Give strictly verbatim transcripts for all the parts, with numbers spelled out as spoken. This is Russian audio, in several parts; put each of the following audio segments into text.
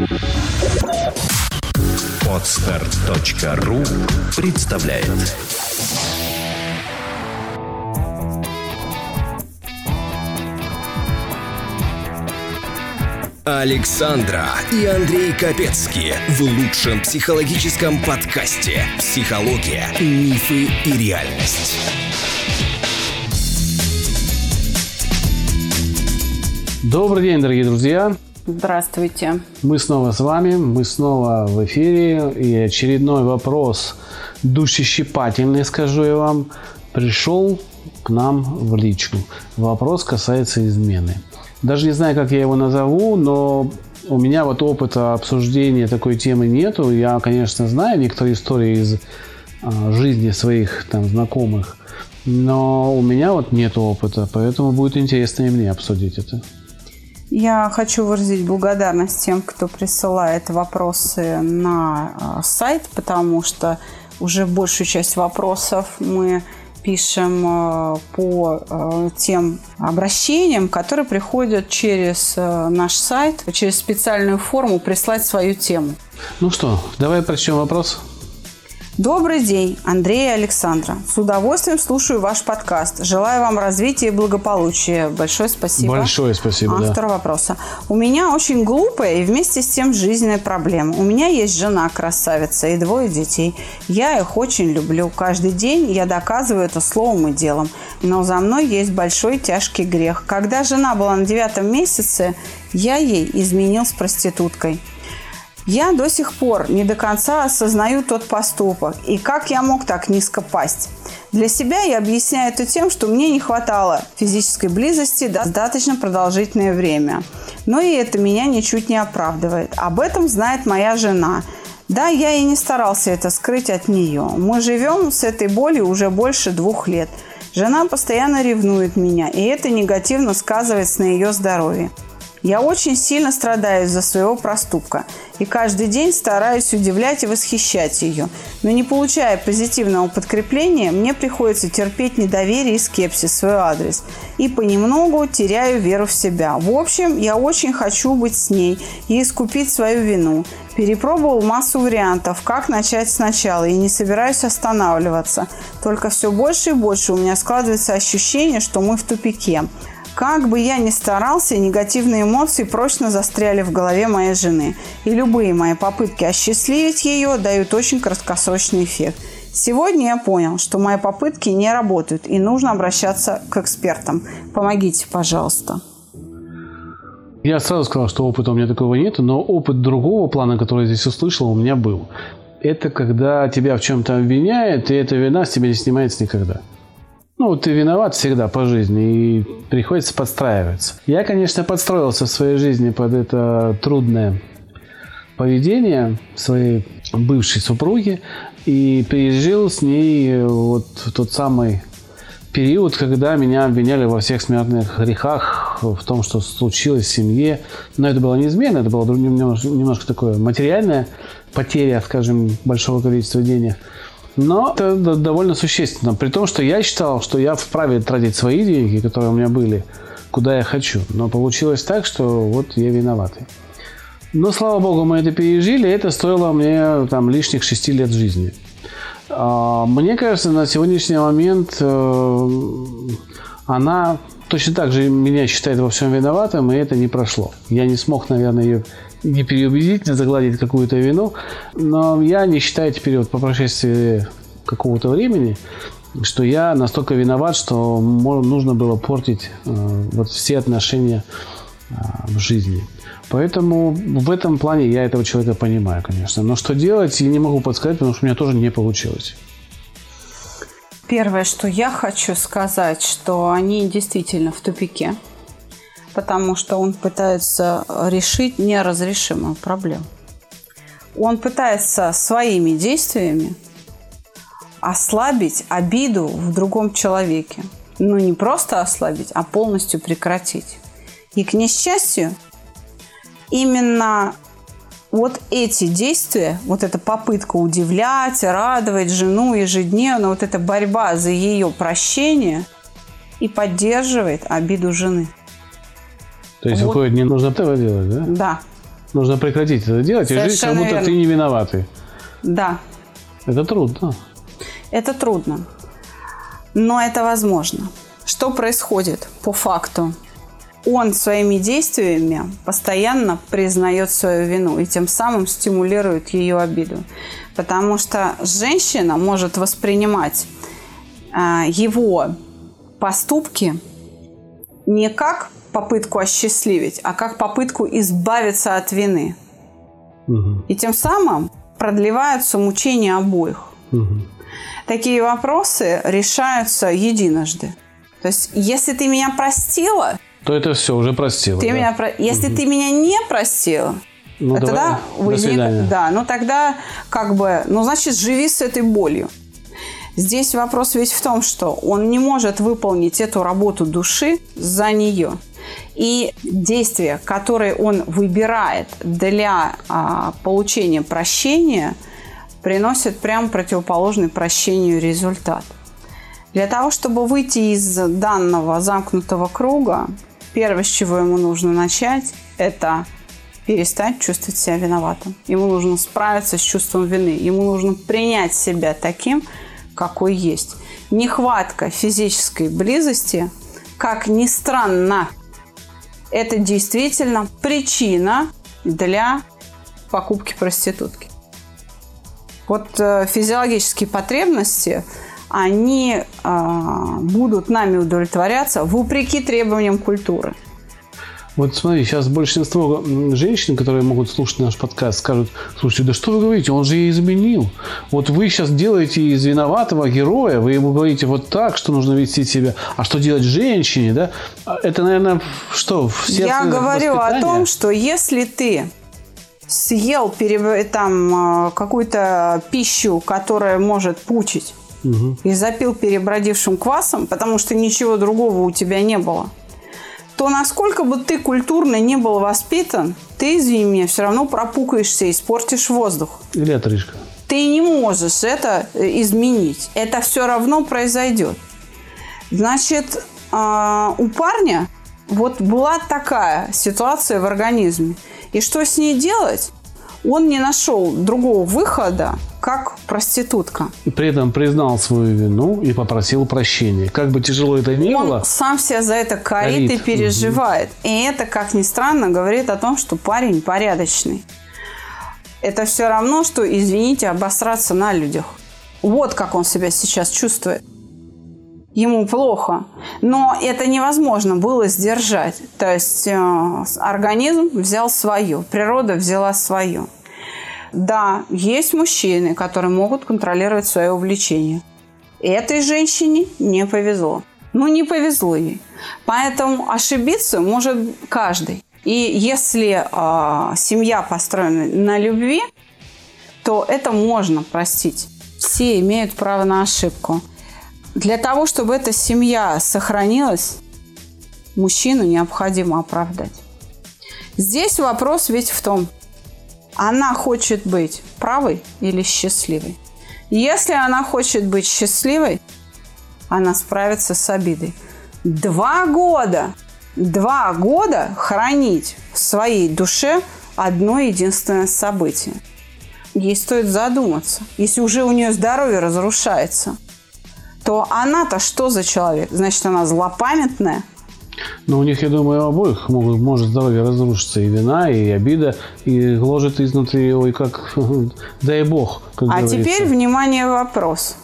Подстер точка ру представляет. Александра и Андрей Капецки в лучшем психологическом подкасте «Психология, мифы и реальность». Добрый день, дорогие друзья. Здравствуйте. Мы снова с вами, мы снова в эфире. И очередной вопрос, душещипательный, скажу я вам, пришел к нам в личку. Вопрос касается измены. Даже не знаю, как я его назову, но у меня вот опыта обсуждения такой темы нету. Я, конечно, знаю некоторые истории из а, жизни своих там знакомых, но у меня вот нет опыта, поэтому будет интересно и мне обсудить это. Я хочу выразить благодарность тем, кто присылает вопросы на сайт, потому что уже большую часть вопросов мы пишем по тем обращениям, которые приходят через наш сайт, через специальную форму прислать свою тему. Ну что, давай прочтем вопрос. Добрый день, Андрей и Александра. С удовольствием слушаю ваш подкаст. Желаю вам развития и благополучия. Большое спасибо. Большое спасибо, Автор да. вопроса. У меня очень глупая и вместе с тем жизненная проблема. У меня есть жена красавица и двое детей. Я их очень люблю. Каждый день я доказываю это словом и делом. Но за мной есть большой тяжкий грех. Когда жена была на девятом месяце, я ей изменил с проституткой. Я до сих пор не до конца осознаю тот поступок. И как я мог так низко пасть? Для себя я объясняю это тем, что мне не хватало физической близости достаточно продолжительное время. Но и это меня ничуть не оправдывает. Об этом знает моя жена. Да, я и не старался это скрыть от нее. Мы живем с этой болью уже больше двух лет. Жена постоянно ревнует меня, и это негативно сказывается на ее здоровье. Я очень сильно страдаю из-за своего проступка и каждый день стараюсь удивлять и восхищать ее. Но не получая позитивного подкрепления, мне приходится терпеть недоверие и скепсис в свой адрес. И понемногу теряю веру в себя. В общем, я очень хочу быть с ней и искупить свою вину. Перепробовал массу вариантов, как начать сначала, и не собираюсь останавливаться. Только все больше и больше у меня складывается ощущение, что мы в тупике. Как бы я ни старался, негативные эмоции прочно застряли в голове моей жены. И любые мои попытки осчастливить ее дают очень краткосрочный эффект. Сегодня я понял, что мои попытки не работают и нужно обращаться к экспертам. Помогите, пожалуйста. Я сразу сказал, что опыта у меня такого нет, но опыт другого плана, который я здесь услышал, у меня был. Это когда тебя в чем-то обвиняют, и эта вина с тебя не снимается никогда. Ну, ты виноват всегда по жизни, и приходится подстраиваться. Я, конечно, подстроился в своей жизни под это трудное поведение своей бывшей супруги и пережил с ней вот тот самый период, когда меня обвиняли во всех смертных грехах, в том, что случилось в семье. Но это было не измена, это было немножко, немножко такое материальная потеря, скажем, большого количества денег. Но это довольно существенно. При том, что я считал, что я вправе тратить свои деньги, которые у меня были, куда я хочу. Но получилось так, что вот я виноватый. Но, слава богу, мы это пережили. Это стоило мне там лишних шести лет жизни. Мне кажется, на сегодняшний момент она точно так же меня считает во всем виноватым, и это не прошло. Я не смог, наверное, ее не переубедить, не загладить какую-то вину, но я не считаю теперь вот по прошествии какого-то времени, что я настолько виноват, что нужно было портить э, вот все отношения э, в жизни. Поэтому в этом плане я этого человека понимаю, конечно. Но что делать, я не могу подсказать, потому что у меня тоже не получилось. Первое, что я хочу сказать, что они действительно в тупике, потому что он пытается решить неразрешимую проблему. Он пытается своими действиями ослабить обиду в другом человеке. Ну, не просто ослабить, а полностью прекратить. И, к несчастью, именно вот эти действия, вот эта попытка удивлять, радовать жену ежедневно, вот эта борьба за ее прощение и поддерживает обиду жены. То есть, вот. Выходит, не нужно этого делать, да? Да. Нужно прекратить это делать и жить, как будто верно. Ты не виноватый. Да. Это трудно. Это трудно. Но это возможно. Что происходит по факту? Он своими действиями постоянно признает свою вину и тем самым стимулирует ее обиду. Потому что женщина может воспринимать а, его поступки не как попытку осчастливить, а как попытку избавиться от вины. Угу. И тем самым продлеваются мучения обоих. Угу. Такие вопросы решаются единожды. То есть, если ты меня простила, то это все, уже простила. Ты да. меня про... Если угу. ты меня не простила, ну, тогда вы не... Да, ну тогда как бы, ну значит, живи с этой болью. Здесь вопрос ведь в том, что он не может выполнить эту работу души за нее. И действия, которые он выбирает для а, получения прощения, приносят прямо противоположный прощению результат. Для того, чтобы выйти из данного замкнутого круга, первое, с чего ему нужно начать, это перестать чувствовать себя виноватым. Ему нужно справиться с чувством вины. Ему нужно принять себя таким, какой есть. Нехватка физической близости, как ни странно, это действительно причина для покупки проститутки. Вот э, физиологические потребности, они э, будут нами удовлетворяться вопреки требованиям культуры. Вот смотри, сейчас большинство женщин, которые могут слушать наш подкаст, скажут: слушайте, да что вы говорите, он же ей изменил. Вот вы сейчас делаете из виноватого героя, вы ему говорите вот так, что нужно вести себя. А что делать женщине, да? Это, наверное, что, в сердце Я говорю воспитания? О том, что если ты съел там какую-то пищу, которая может пучить, угу. и запил перебродившим квасом, потому что ничего другого у тебя не было, то насколько бы ты культурно не был воспитан, ты, извини меня, все равно пропукаешься и испортишь воздух. Или отрыжка. Ты не можешь это изменить. Это все равно произойдет. Значит, у парня вот была такая ситуация в организме. И что с ней делать? Он не нашел другого выхода, как проститутка. И при этом признал свою вину и попросил прощения. Как бы тяжело это ни было. Он сам себя за это корит, корит. и переживает. Угу. И это, как ни странно, говорит о том, что парень порядочный. Это все равно, что, извините, обосраться на людях. Вот как он себя сейчас чувствует. Ему плохо. Но это невозможно было сдержать. То есть э, организм взял свое, природа взяла свое. Да, есть мужчины, которые могут контролировать свое увлечение. Этой женщине не повезло. Ну, не повезло ей. Поэтому ошибиться может каждый. И если э, семья построена на любви, то это можно простить. Все имеют право на ошибку. Для того, чтобы эта семья сохранилась, мужчину необходимо оправдать. Здесь вопрос ведь в том, она хочет быть правой или счастливой. Если она хочет быть счастливой, она справится с обидой. Два года, два года хранить в своей душе одно единственное событие. Ей стоит задуматься. Если уже у нее здоровье разрушается, то она-то что за человек? Значит, она злопамятная? Но у них, я думаю, у обоих могут, может здоровье разрушиться. И вина, и обида, и гложет изнутри, ой, как, дай бог, как А говорится. Теперь, внимание, вопрос.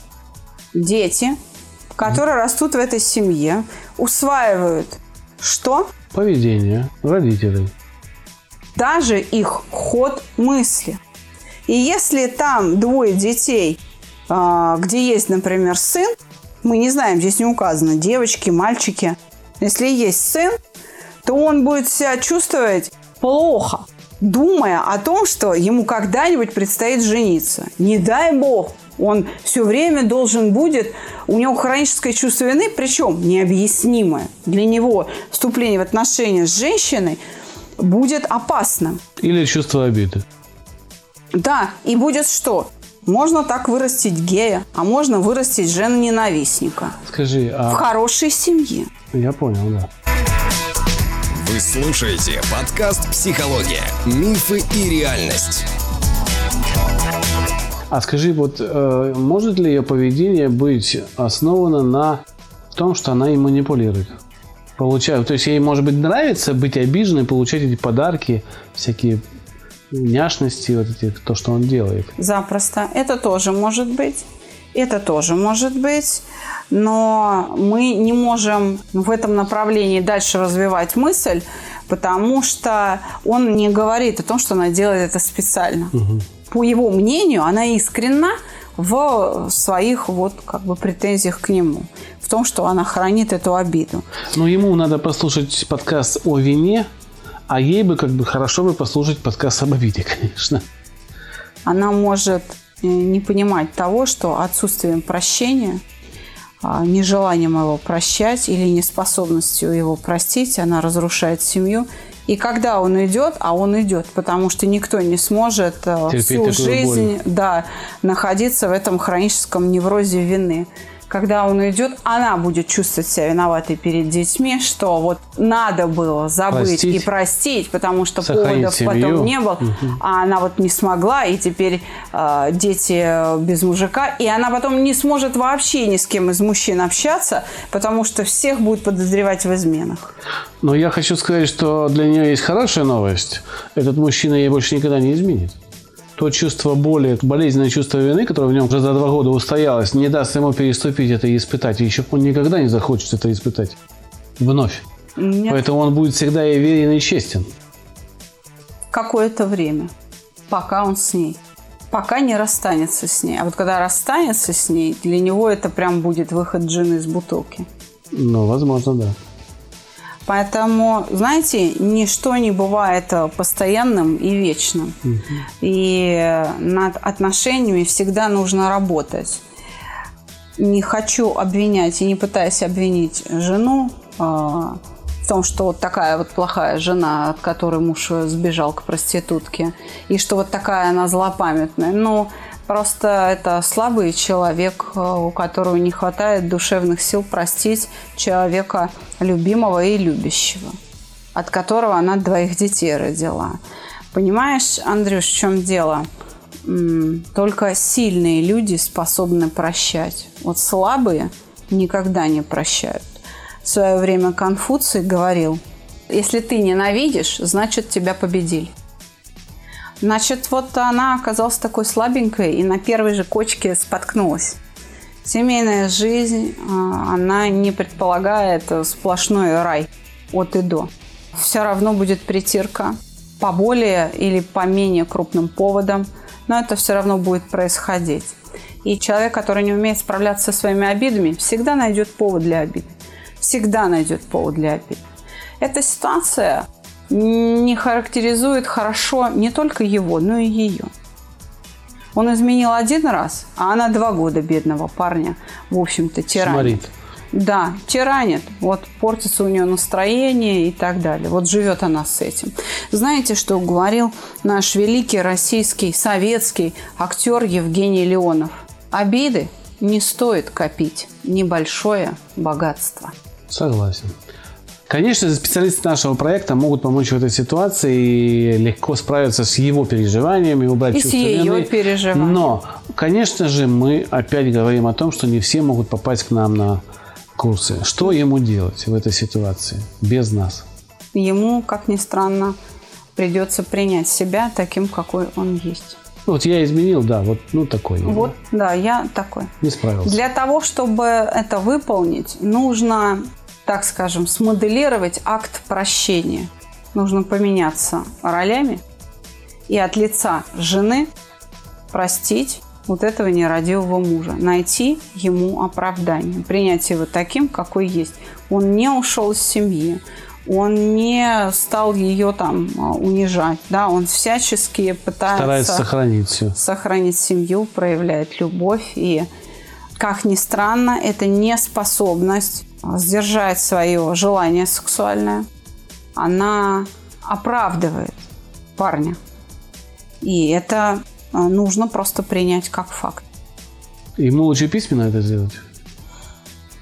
Дети, которые mm. растут в этой семье, усваивают что? Поведение родителей. Даже их ход мысли. И если там двое детей, где есть, например, сын, мы не знаем, здесь не указано, девочки, мальчики. Если есть сын, то он будет себя чувствовать плохо, думая о том, что ему когда-нибудь предстоит жениться. Не дай бог, он все время должен будет, у него хроническое чувство вины, причем необъяснимое. Для него вступление в отношения с женщиной будет опасным. Или чувство обиды. Да, и будет что? Можно так вырастить гея, а можно вырастить жена-ненавистника. Скажи, а... В хорошей семье. Я понял, да. Вы слушаете подкаст «Психология. Мифы и реальность». А скажи, вот э, может ли ее поведение быть основано на том, что она им манипулирует? Получаю, то есть ей, может быть, нравится быть обиженной, получать эти подарки, всякие няшности, вот эти, то, что он делает? Запросто. Это тоже может быть. Это тоже может быть. Но мы не можем в этом направлении дальше развивать мысль, потому что он не говорит о том, что она делает это специально. Угу. По его мнению, она искренна в своих вот как бы претензиях к нему, в том, что она хранит эту обиду. Но ему надо послушать подкаст о вине, а ей бы как бы хорошо бы послушать подкаст об обиде, конечно. Она может не понимать того, что отсутствием прощения, нежеланием его прощать или неспособностью его простить, она разрушает семью. И когда он идет, а он идет, потому что никто не сможет терпеть всю жизнь да, находиться в этом хроническом неврозе вины. Когда он уйдет, она будет чувствовать себя виноватой перед детьми, что вот надо было забыть простить. и простить, потому что Сохранить поводов семью. потом не было, угу. а она вот не смогла, и теперь э, дети без мужика, и она потом не сможет вообще ни с кем из мужчин общаться, потому что всех будет подозревать в изменах. Но я хочу сказать, что для нее есть хорошая новость. Этот мужчина ей больше никогда не изменит. То чувство боли, болезненное чувство вины, которое в нем уже за два года устоялось, не даст ему переступить это и испытать. И еще он никогда не захочет это испытать. Вновь. Нет. Поэтому он будет всегда ей верен и честен. Какое-то время. Пока он с ней. Пока не расстанется с ней. А вот когда расстанется с ней, для него это прям будет выход джина из бутылки. Ну, возможно, да. Поэтому, знаете, ничто не бывает постоянным и вечным. Угу. И над отношениями всегда нужно работать. Не хочу обвинять и не пытаюсь обвинить жену э, в том, что вот такая вот плохая жена, от которой муж сбежал к проститутке, и что вот такая она злопамятная. Но просто это слабый человек, у которого не хватает душевных сил простить человека любимого и любящего, от которого она двоих детей родила. Понимаешь, Андрюш, в чем дело? Только сильные люди способны прощать. Вот слабые никогда не прощают. В свое время Конфуций говорил: если ты ненавидишь, значит тебя победили. Значит, вот она оказалась такой слабенькой и на первой же кочке споткнулась. Семейная жизнь, она не предполагает сплошной рай от и до. Все равно будет притирка по более или по менее крупным поводам, но это все равно будет происходить. И человек, который не умеет справляться со своими обидами, всегда найдет повод для обид. Всегда найдет повод для обид. Эта ситуация не характеризует хорошо не только его, но и ее. Он изменил один раз, а она два года бедного парня, в общем-то, тиранит. Смотрит. Да, тиранит. Вот портится у нее настроение и так далее. Вот живет она с этим. Знаете, что говорил наш великий российский, советский актер Евгений Леонов? Обиды не стоит копить небольшое богатство. Согласен. Конечно, специалисты нашего проекта могут помочь в этой ситуации и легко справиться с его переживаниями, убрать и чувство с ее вины. переживаниями. Но, конечно же, мы опять говорим о том, что не все могут попасть к нам на курсы. Что ему делать в этой ситуации без нас? Ему, как ни странно, придется принять себя таким, какой он есть. Вот я изменил, да, вот ну такой. Вот, да, я такой. Не справился. Для того, чтобы это выполнить, нужно, так скажем, смоделировать акт прощения. Нужно поменяться ролями и от лица жены простить вот этого нерадивого мужа, найти ему оправдание, принять его таким, какой есть. Он не ушел из семьи, он не стал ее там унижать, да, он всячески пытается старается сохранить все. Сохранить семью, проявляет любовь, и, как ни странно, это неспособность сдержать свое желание сексуальное, она оправдывает парня. И это нужно просто принять как факт. Ему лучше письменно это сделать?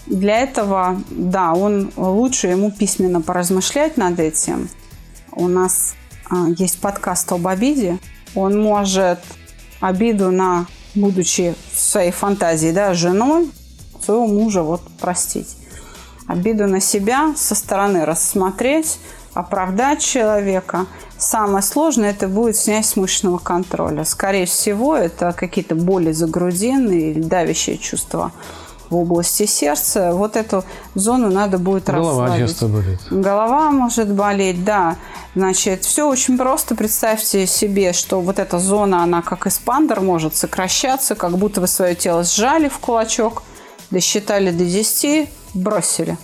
Для этого, да, он лучше ему письменно поразмышлять над этим. У нас а, есть подкаст об обиде. Он может обиду на, будучи в своей фантазии, да, женой, своего мужа вот простить. Обиду на себя со стороны рассмотреть, оправдать человека. Самое сложное это будет снять с мышечного контроля. Скорее всего, это какие-то боли за грудиной или давящие чувства в области сердца. Вот эту зону надо будет расслабить. Голова часто болит. Голова может болеть, да. Значит, все очень просто. Представьте себе, что вот эта зона, она как эспандер может сокращаться, как будто вы свое тело сжали в кулачок, досчитали до десяти, бросили.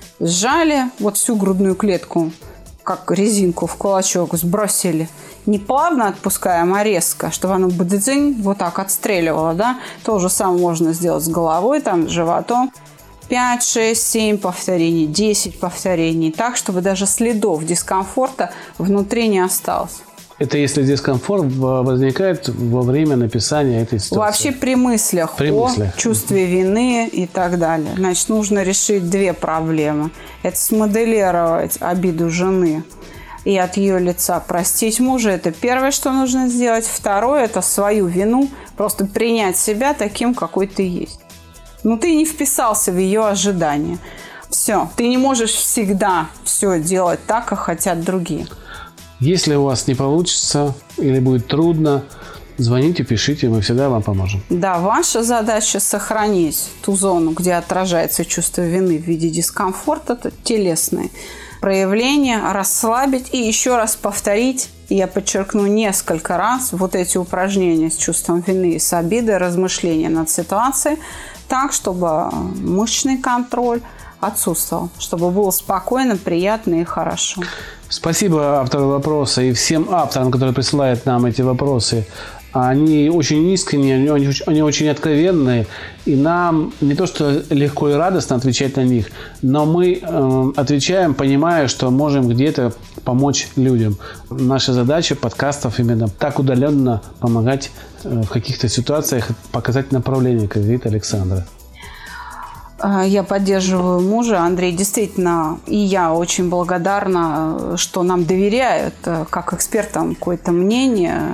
Сжали вот всю грудную клетку, как резинку в кулачок, сбросили. Не плавно отпускаем, а резко, чтобы оно бдзынь, вот так отстреливало, да. То же самое можно сделать с головой, там, с животом. пять, шесть, семь повторений, десять повторений. Так, чтобы даже следов дискомфорта внутри не осталось. Это если дискомфорт возникает во время написания этой ситуации? Вообще при мыслях, при мыслях. о чувстве вины и так далее. Значит, нужно решить две проблемы. Это смоделировать обиду жены и от ее лица простить мужа. Это первое, что нужно сделать. Второе – это свою вину просто принять себя таким, какой ты есть. Но ты не вписался в ее ожидания. Все. Ты не можешь всегда все делать так, как хотят другие. Если у вас не получится или будет трудно, звоните, пишите, мы всегда вам поможем. Да, ваша задача сохранить ту зону, где отражается чувство вины в виде дискомфорта, это телесные проявления, расслабить и еще раз повторить, я подчеркну несколько раз, вот эти упражнения с чувством вины и с обидой, размышления над ситуацией, так, чтобы мышечный контроль отсутствовал, чтобы было спокойно, приятно и хорошо. Спасибо автору вопроса и всем авторам, которые присылают нам эти вопросы. Они очень искренние, они, они очень откровенные. И нам не то, что легко и радостно отвечать на них, но мы э, отвечаем, понимая, что можем где-то помочь людям. Наша задача подкастов именно так удаленно помогать э, в каких-то ситуациях, показать направление, как говорит Александра. Я поддерживаю мужа. Андрей, действительно, и я очень благодарна, что нам доверяют как экспертам какое-то мнение,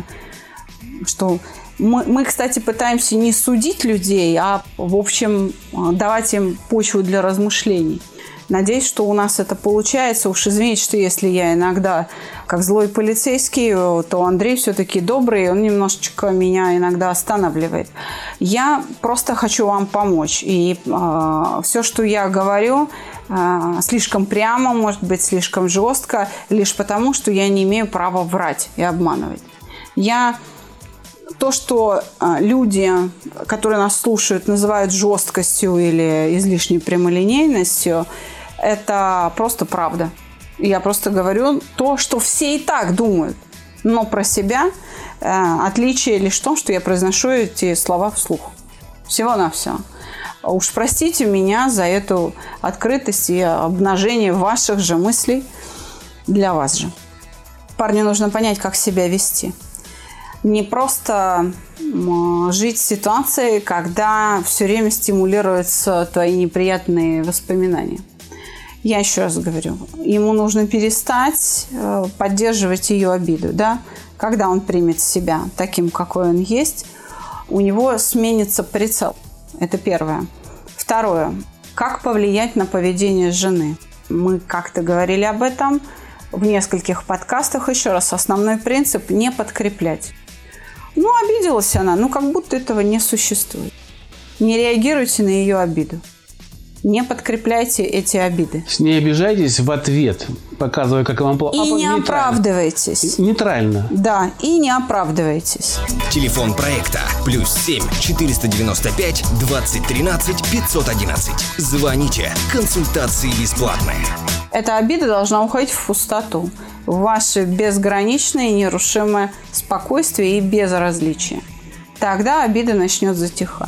что мы, мы, кстати, пытаемся не судить людей, а, в общем, давать им почву для размышлений. Надеюсь, что у нас это получается. Уж извините, что если я иногда как злой полицейский, то Андрей все-таки добрый, он немножечко меня иногда останавливает. Я просто хочу вам помочь. И э, все, что я говорю, э, слишком прямо, может быть, слишком жестко, лишь потому, что я не имею права врать и обманывать. Я... То, что люди, которые нас слушают, называют жесткостью или излишней прямолинейностью, это просто правда. Я просто говорю то, что все и так думают. Но про себя отличие лишь в том, что я произношу эти слова вслух. Всего-навсего. Уж простите меня за эту открытость и обнажение ваших же мыслей для вас же. Парню нужно понять, как себя вести. Не просто жить в ситуации, когда все время стимулируются твои неприятные воспоминания. Я еще раз говорю, ему нужно перестать поддерживать ее обиду. Да? Когда он примет себя таким, какой он есть, у него сменится прицел. Это первое. Второе. Как повлиять на поведение жены? Мы как-то говорили об этом в нескольких подкастах. Еще раз, основной принцип – не подкреплять. Ну, обиделась она, ну, как будто этого не существует. Не реагируйте на ее обиду. Не подкрепляйте эти обиды. Не обижайтесь в ответ, показывая, как вам плохо. И а не нейтрально. оправдывайтесь. Нейтрально. Да, и не оправдывайтесь. Телефон проекта плюс семь четыреста девяносто пять двадцать тринадцать пятьсот одиннадцать. Звоните. Консультации бесплатные. Эта обида должна уходить в пустоту. В ваше безграничное и нерушимое спокойствие и безразличие. Тогда обида начнет затихать.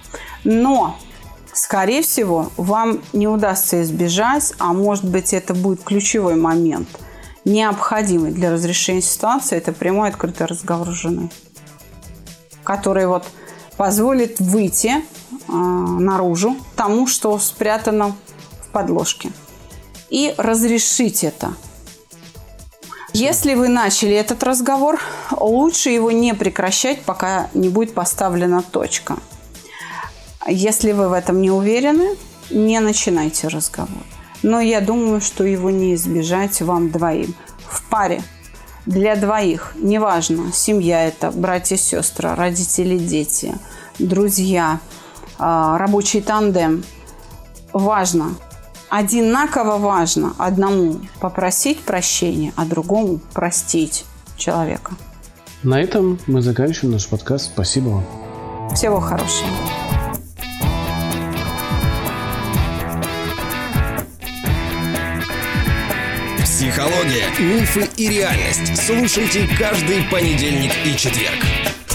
Но, скорее всего, вам не удастся избежать, а может быть, это будет ключевой момент, необходимый для разрешения ситуации, это прямой открытый разговор с женой, который вот позволит выйти э, наружу тому, что спрятано в подложке. И разрешить это. Если вы начали этот разговор, лучше его не прекращать, пока не будет поставлена точка. Если вы в этом не уверены, не начинайте разговор. Но я думаю, что его не избежать вам двоим. В паре, для двоих, неважно, семья это, братья, сестры, родители, дети, друзья, рабочий тандем. Важно, одинаково важно одному попросить прощения, а другому простить человека. На этом мы заканчиваем наш подкаст. Спасибо вам. Всего хорошего. Психология, мифы и реальность. Слушайте каждый понедельник и четверг.